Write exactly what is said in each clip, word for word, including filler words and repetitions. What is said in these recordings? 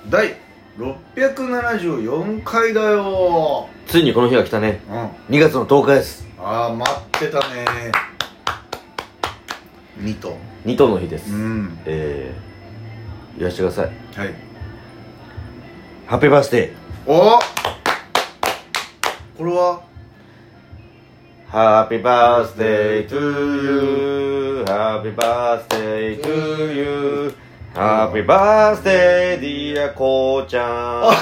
だいろっぴゃくななじゅうよんかいだよ。 ついにこの日が来たね。 うん。 にがつのとおかです。 ああ、待ってたね。にとにとの日です。 うん。 えー、いらしてください。 はい。 ハッピーバースデー。 お、これはハッピーバースデートゥーユー、ハッピーバースデートゥーユー、ハッピーバースデーディアこうちゃん、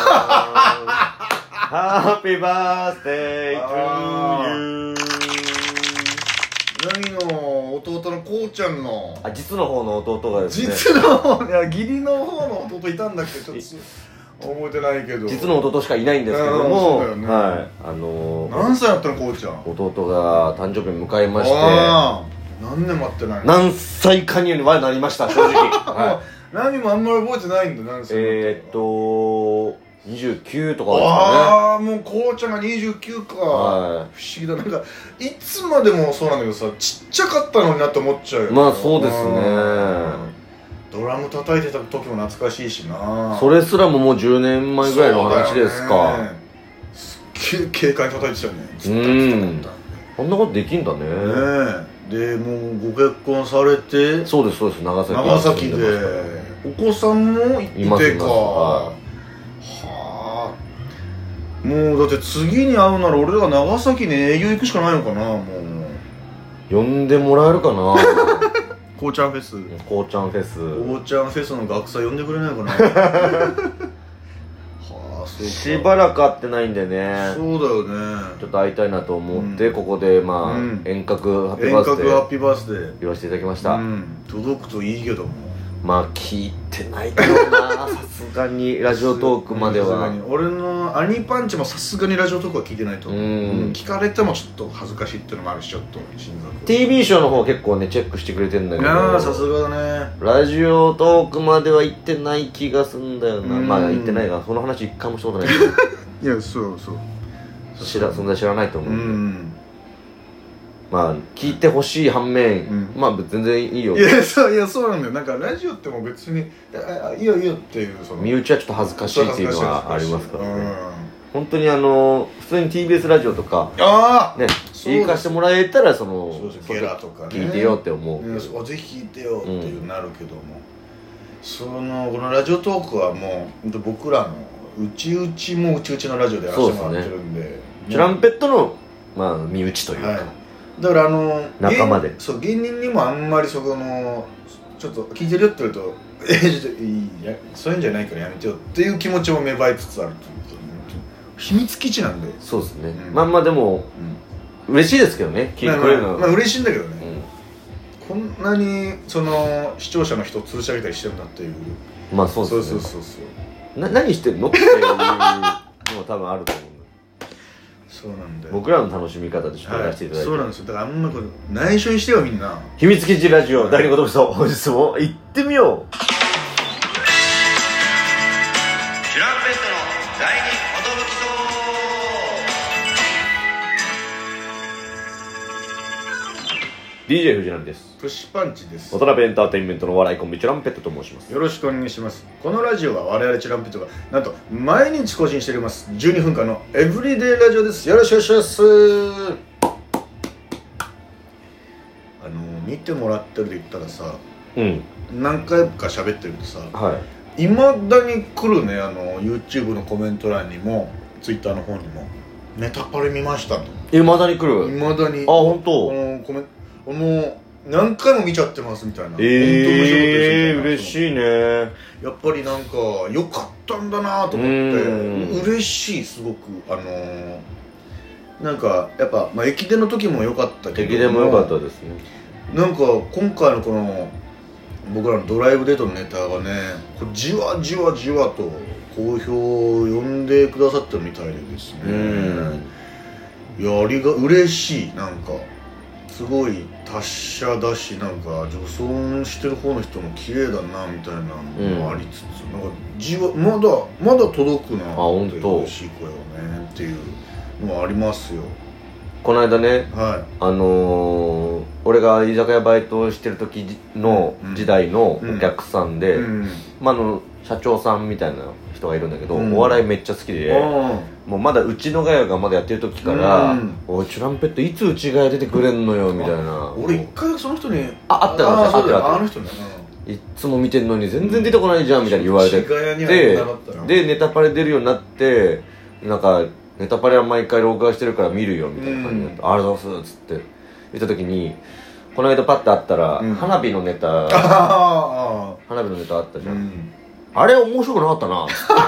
ハッピーバースデートゥーユー。 何の弟のこうちゃんの、 あ、実の方の弟がですね、 実の方、いや義理の方の弟いたんだっけ、ちょっと覚えてないけど、 実の弟しかいないんですけども、 そうだよね、 はい、あのー、 何歳だったのこうちゃん。 弟が誕生日を迎えまして、 あ何年待ってないの。 何歳かにはなりました正直、はい、 何もあんまり覚えてないんだ。何歳えーっとにじゅうきゅうとかですかね。 ああ、もうこうちゃんがにじゅうきゅうか、 はい、 不思議だ。なんかいつまでもそうなんだけどさ、ちっちゃかったのになって思っちゃうよ。 まあそうですね。 ドラム叩いてた時も懐かしいしな。 それすらももうじゅうねんまえぐらいの話ですか。 すっげえ軽快に叩いてたよね。ずっとうん、こんなことできんだね。ねでもうご結婚されて。 そうですそうです、長崎長崎でお子さんもいてか。 いますいます、はあ、もうだって次に会うなら俺らが長崎に営業行くしかないのかな。もう呼んでもらえるかな。 こうちゃんフェス、 こうちゃんフェス、 こうちゃんフェスの学祭呼んでくれないかな。はあ、そうか。 しばらく会ってないんでね。 そうだよね。 ちょっと会いたいなと思って、 うん、 ここでまあ、うん、遠隔ハッピーバースデー、 遠隔ハッピーバースデー言わせていただきました、うん、 届くといいけども、まあ聞いてないだろうな。さすがにラジオトークまでは。 俺のアニパンチもさすがにラジオトークは聞いてないと思う。うん、聞かれてもちょっと恥ずかしいっていうのもあるし、ちょっと心臓ティービー ショーの方結構ねチェックしてくれてるんだけど、 ああさすがだね。 ラジオトークまでは行ってない気がすんだよな。まあ行ってないが、その話一回もしたことないけどいや、そうそう、 知ら存在知らないと思うんで、うん、まあ聞いてほしい反面、うん、まあ全然いいよ。 いやそう、いやそうなんだよ。なんかラジオっても別にいいよいいよっていう、その身内はちょっと恥ずかしいっていうのはありますからね。うん、本当にあの普通に ティービーエス ラジオとかあね行かしてもらえたら、そのゲラとかね聞いてよって思うけど、 うん、ぜひ聞いてよっていうなるけども、うん、そのこのラジオトークはもう僕らのうちうちもうちうちのラジオでやらせてもらってるんで、で、ね、 トランペットのまあ身内というか、はい、 だからあの仲間で、 そう芸人にもあんまりそこのちょっと聞いてるよって言うと「えちょっといいやそういうんじゃないからやめてよ」っていう気持ちも芽生えつつあるというか、秘密基地なんで。 そうですね、うん、まあまあでも、うん、嬉しいですけどね、聞いてくれるのは、 まあ、まあ嬉しいんだけどね、うん、こんなにその視聴者の人を吊るし上げたりしてるんだっていう。 まあそうですね。 そうそうそうそうな何してんのっていうのも多分あると思う。 そうなんだよ。 僕らの楽しみ方でちょっとやらせていただいて、 はい、そうなんですよ。だからあんまこれ内緒にしてよみんな。 秘密基地ラジオ第二言武本日も行ってみよう。 チュランペットの第二寿 ディージェー 藤波です。 プッシュパンチです。 渡辺エンターテインメントのお笑いコンビチュランペットと申します。 よろしくお願いします。このラジオは我々チュランペットがなんと毎日更新しておりますじゅうにふんかんのエブリデイラジオです。よろしくお願いします。あの見てもらってるで言ったらさ、うん、何回か喋ってるとさ、はい、未だに来るね、あの YouTube のコメント欄にも Twitter の方にもネタパレ見ましたと。 未だに来る。 未だに。 あ、本当。 あのコメントもう何回も見ちゃってますみたいな。 えー、本当嬉しいね。 やっぱりなんか良かったんだなと思って嬉しい、すごく。あのー、なんかやっぱ、まあ、駅伝の時も良かったけど、 駅伝も良かったですね。 なんか今回のこの僕らのドライブデートのネタがね、こうじわじわじわと好評を呼んでくださってるみたいでですね、うん、いやありが嬉しい。なんかすごい達者だし、なんか女装してる方の人も綺麗だなみたいなのもありつつ、うん、なんかじわまだまだ届くなって嬉しい声をねっていうのはありますよ。 この間ね、 はい、 あのー、俺が居酒屋バイトしてる時の時代のお客さんで、うんうん、まあ、あの社長さんみたいな人がいるんだけど、 うん、 お笑いめっちゃ好きで、もうまだうちのガヤがまだやってる時から「うん、おいチュランペットいつうちガヤ出てくれんのよ」みたいな。 俺一回その人にああったよ、 あったよ、 あの人ね、いっつも見てんのに全然出てこないじゃんみたいに言われて、ででネタパレ出るようになって、なんかネタパレは毎回録画してるから見るよみたいな感じになって、うん、ありがとうございますっつって言った時に、この間パッと会ったら、うん、花火のネタ花火のネタあったじゃん、うん、あれ面白くなかったな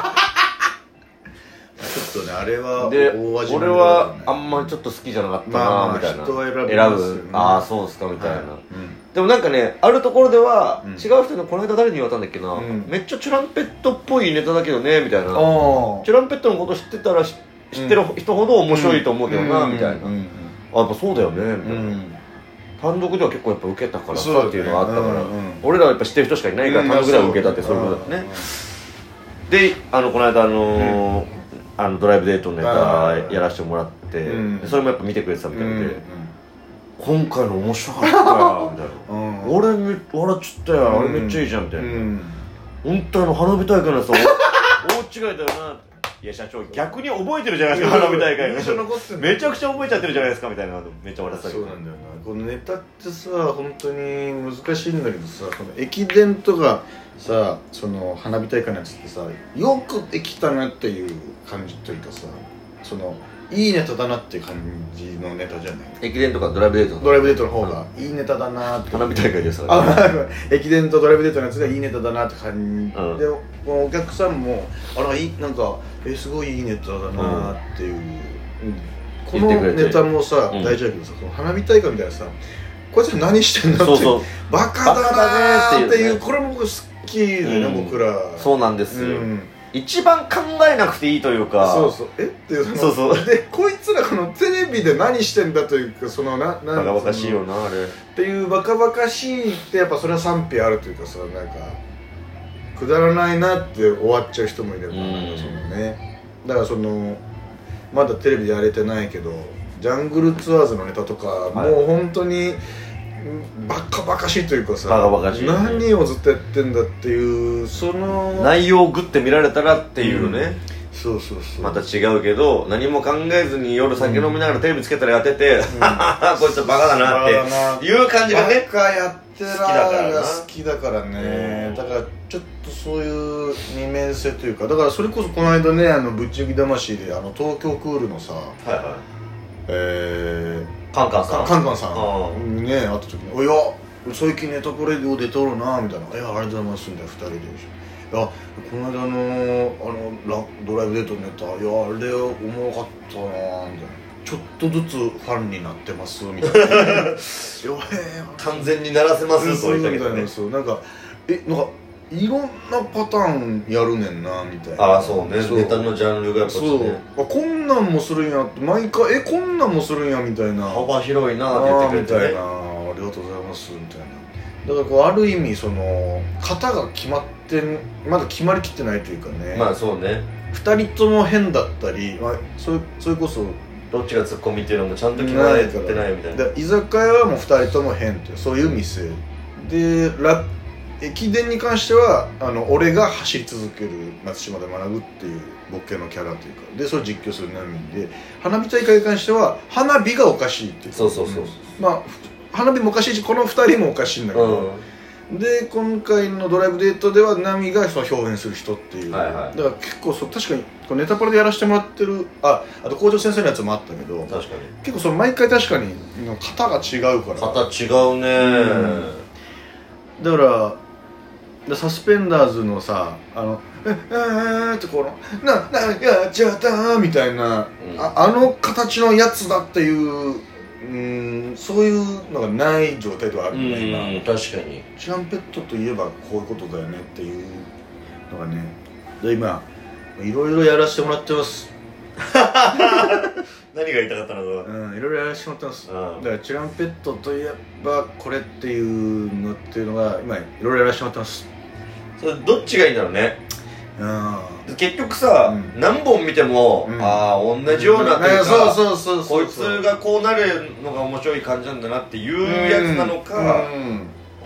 ちょっとね、あれはで、俺はあんまちょっと好きじゃなかったなみたいな、 人は選びますよね、 ああそうっすかみたいな、でもなんかね、あるところでは違う人にこの間誰に言われたんだっけな、めっちゃチュランペットっぽいネタだけどねみたいな、チュランペットのこと知ってたら知ってる人ほど面白いと思うけどなみたいな、あ、やっぱそうだよねみたいな、単独では結構やっぱ受けたからさっていうのがあったから、俺らはやっぱ知ってる人しかいないから単独では受けたってそういうことだね。で、あのこの間あのあのドライブデートのネタやらせてもらって、それもやっぱ見てくれてたみたいで、今回の面白かったよみたいな、俺笑っちゃったよ、あれめっちゃいいじゃんみたいな、本当あの花火大会のやつ大違いだよな。いや社長逆に覚えてるじゃないですか、花火大会のめちゃくちゃ覚えちゃってるじゃないですかみたいな、めっちゃ笑ってたけど。 そうなんだよな、このネタってさ本当に難しいんだけどさ、この駅伝とかさ、その花火大会のやつってさ、よくできたなっていう感じというかさ、そのいいネタだなっていう感じのネタじゃない。 駅伝とかドライブデートドライブデートの方がいいネタだなって、 花火大会ですから、ね、駅伝とドライブデートのやつがいいネタだなって感じ、うん、でお客さんもあらいいなんかえすごいいいネタだなっていう、うん、このネタもさ、うん、大事だけどさ、この花火大会みたいなさ、こいつ何してんだって、そうそうバカだなーっていう、これも僕好きでね、うん、僕らそうなんですよ、うん、一番考えなくていいというか、 そうそうえっていう、そうそうでこいつらこのテレビで何してんだというか、そのなバカバカしいよなあれっていうバカバカしいってやっぱそれは賛否あるというかさ、なんかくだらないなって終わっちゃう人もいれば、うん、なんかそのね、だからそのまだテレビでやれてないけどジャングルツアーズのネタとか、はい、もう本当にバカバカしいというかさ、 バカバカしい、ね、 何をずっとやってんだっていう、その内容をグッて見られたらっていうね、うん、 そうそうそう、 また違うけど何も考えずに夜酒飲みながらテレビつけたらやってて、うん、こいつバカだなっていう感じがね、 バカやってらーが好きだからね、だからちょっとそういう二面性というか、だからそれこそこの間ね、あのぶっちぎり魂であの東京クールのさ、はいはい、えーカンカンさんカンカンさんにね会った時に「おいや最近ネタプレで出ておるな」みたいな「いやありがとうございます」みたいなふたりで「いやこの間のあのラドライブデートのネタいやあれおもろかったな」みたいな「ちょっとずつファンになってます」みたいな「いや完全にならせます」そう言ったけどね、 そうなんかえなんかいろんなパターンやるねんなみたいな。 ああそうね、ネタのジャンルがやっぱそう、あこんなんもするんやって毎回えこんなんもするんやみたいな、 幅広いなって言ってくれて、ね、 みたいな、ありがとうございますみたいな。だからこうある意味その型が決まってまだ決まりきってないというかね、 まあそうね、 ふたりとも変だったり、まあ、それそれこそどっちがツッコミっていうのもちゃんと決まってないみたいな。 居酒屋はもうふたりとも変っていうそういう店で、ラ駅伝に関してはあの俺が走り続ける松島で学ぶっていうボケのキャラというかで、それを実況する波で、花火大会に関しては花火がおかしいっていう、 そうそうそう、 まあ花火もおかしいしこのふたりもおかしいんだけど、うん、で今回のドライブデートではナミがその表現する人っていう、はいはい、だから結構そう確かにこうネタパレでやらせてもらってる、ああと校長先生のやつもあったけど、 確かに結構その毎回確かに型が違うから型違うね、うん、 だからサスペンダーズのさあのええーってこのななやっちゃったみたいな、うん、あ, あの形のやつだっていううんそういうのがない状態ではあるんだね、今確かにチュランペットといえばこういうことだよねっていうのがね、で今いろいろやらせてもらってます何が言いたかったのか、 うん、いろいろやらせてもらってます、うん、だからチュランペットといえばこれっていうのっていうのが今いろいろやらせてもらってます。 それどっちがいいんだろうね、 うん、 結局さ、うん、何本見ても、うん、ああ同じようなというか、こいつがこうなるのが面白い感じなんだなっていうやつなのか、うんうん、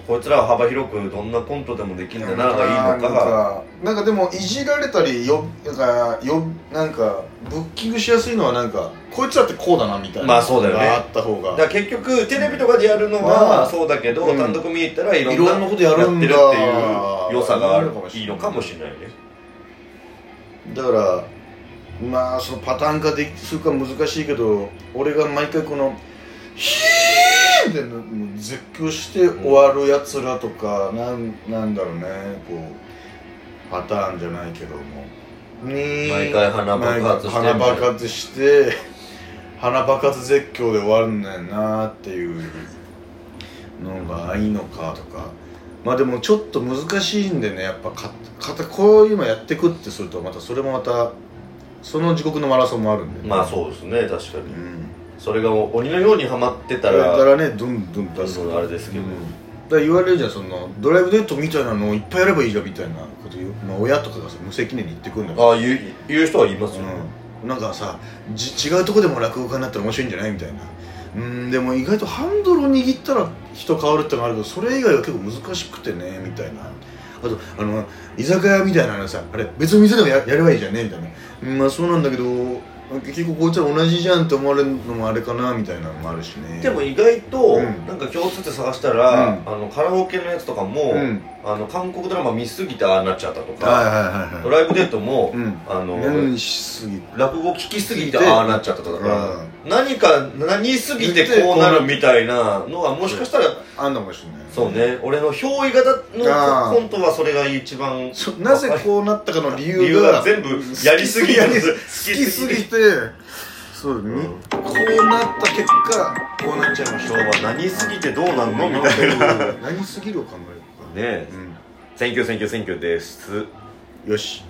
こいつらは幅広くどんなコントでもできるんだながいいのなんかかなんかでもいじられたりよなんかよなんかブッキングしやすいのはなんかこいつらってこうだなみたいなまあそうだよねがあった方がだから結局テレビとかでやるのはそうだけど、 うん、 単独見に行ったらいろんないろんなことやるんだってるっていう良さがあるいいのかもしれないね。 だからまあそのパターン化でするか難しいけど俺が毎回このヒーンって絶叫して終わるやつらとか、うん、なんなんだろうねこうパターンじゃないけどもに毎回鼻爆発して鼻爆発して鼻爆発絶叫で終わるんだよなっていうのがいいのかとかまあでもちょっと難しいんでねやっぱかかこういうのやってくってするとまたそれもまたその地獄のマラソンもあるんで、ね、 まあそうですね確かに、うん、それが鬼のようにはまってたらだからねどんどん出すからあれですけど、うん、 だから言われるじゃんそのドライブデートみたいなのをいっぱいやればいいじゃんみたいなこと言う、まあ、親とかがさ無責任に言ってくるんだよああ言う、言う人は言いますよ、 うん、なんかさじ違うとこでも落語家になったら面白いんじゃないみたいなうんでも意外とハンドルを握ったら人変わるってのがあるけどそれ以外は結構難しくてねみたいなあとあの居酒屋みたいなのさあれ別の店でも や, やればいいじゃんねみたいなうんまあそうなんだけど結構こいつら同じじゃんって思われるのもあれかなみたいなのもあるしねでも意外と、 うん、 なんか共通点探したら、 うん、 あのカラオケのやつとかも、うん、あの韓国ドラマ見すぎてああなっちゃったとか、 はいはいはいはい、 ドライブデートも、 うん、 あの何しすぎ落語聞きすぎてああなっちゃったとか、うん、何か何すぎてこうなるみたいなのはもしかしたらあんのかもしれない、ね、 そうね俺の憑依型のコントはそれが一番なぜこうなったかの理由が, 理由が全部やりすぎて好きすぎてそうね、うん、こうなった結果こうなっちゃいました今日は何すぎてどうなんのみたいな何すぎるを考えるかねえ、うん、センキューセンキューセンキューですよし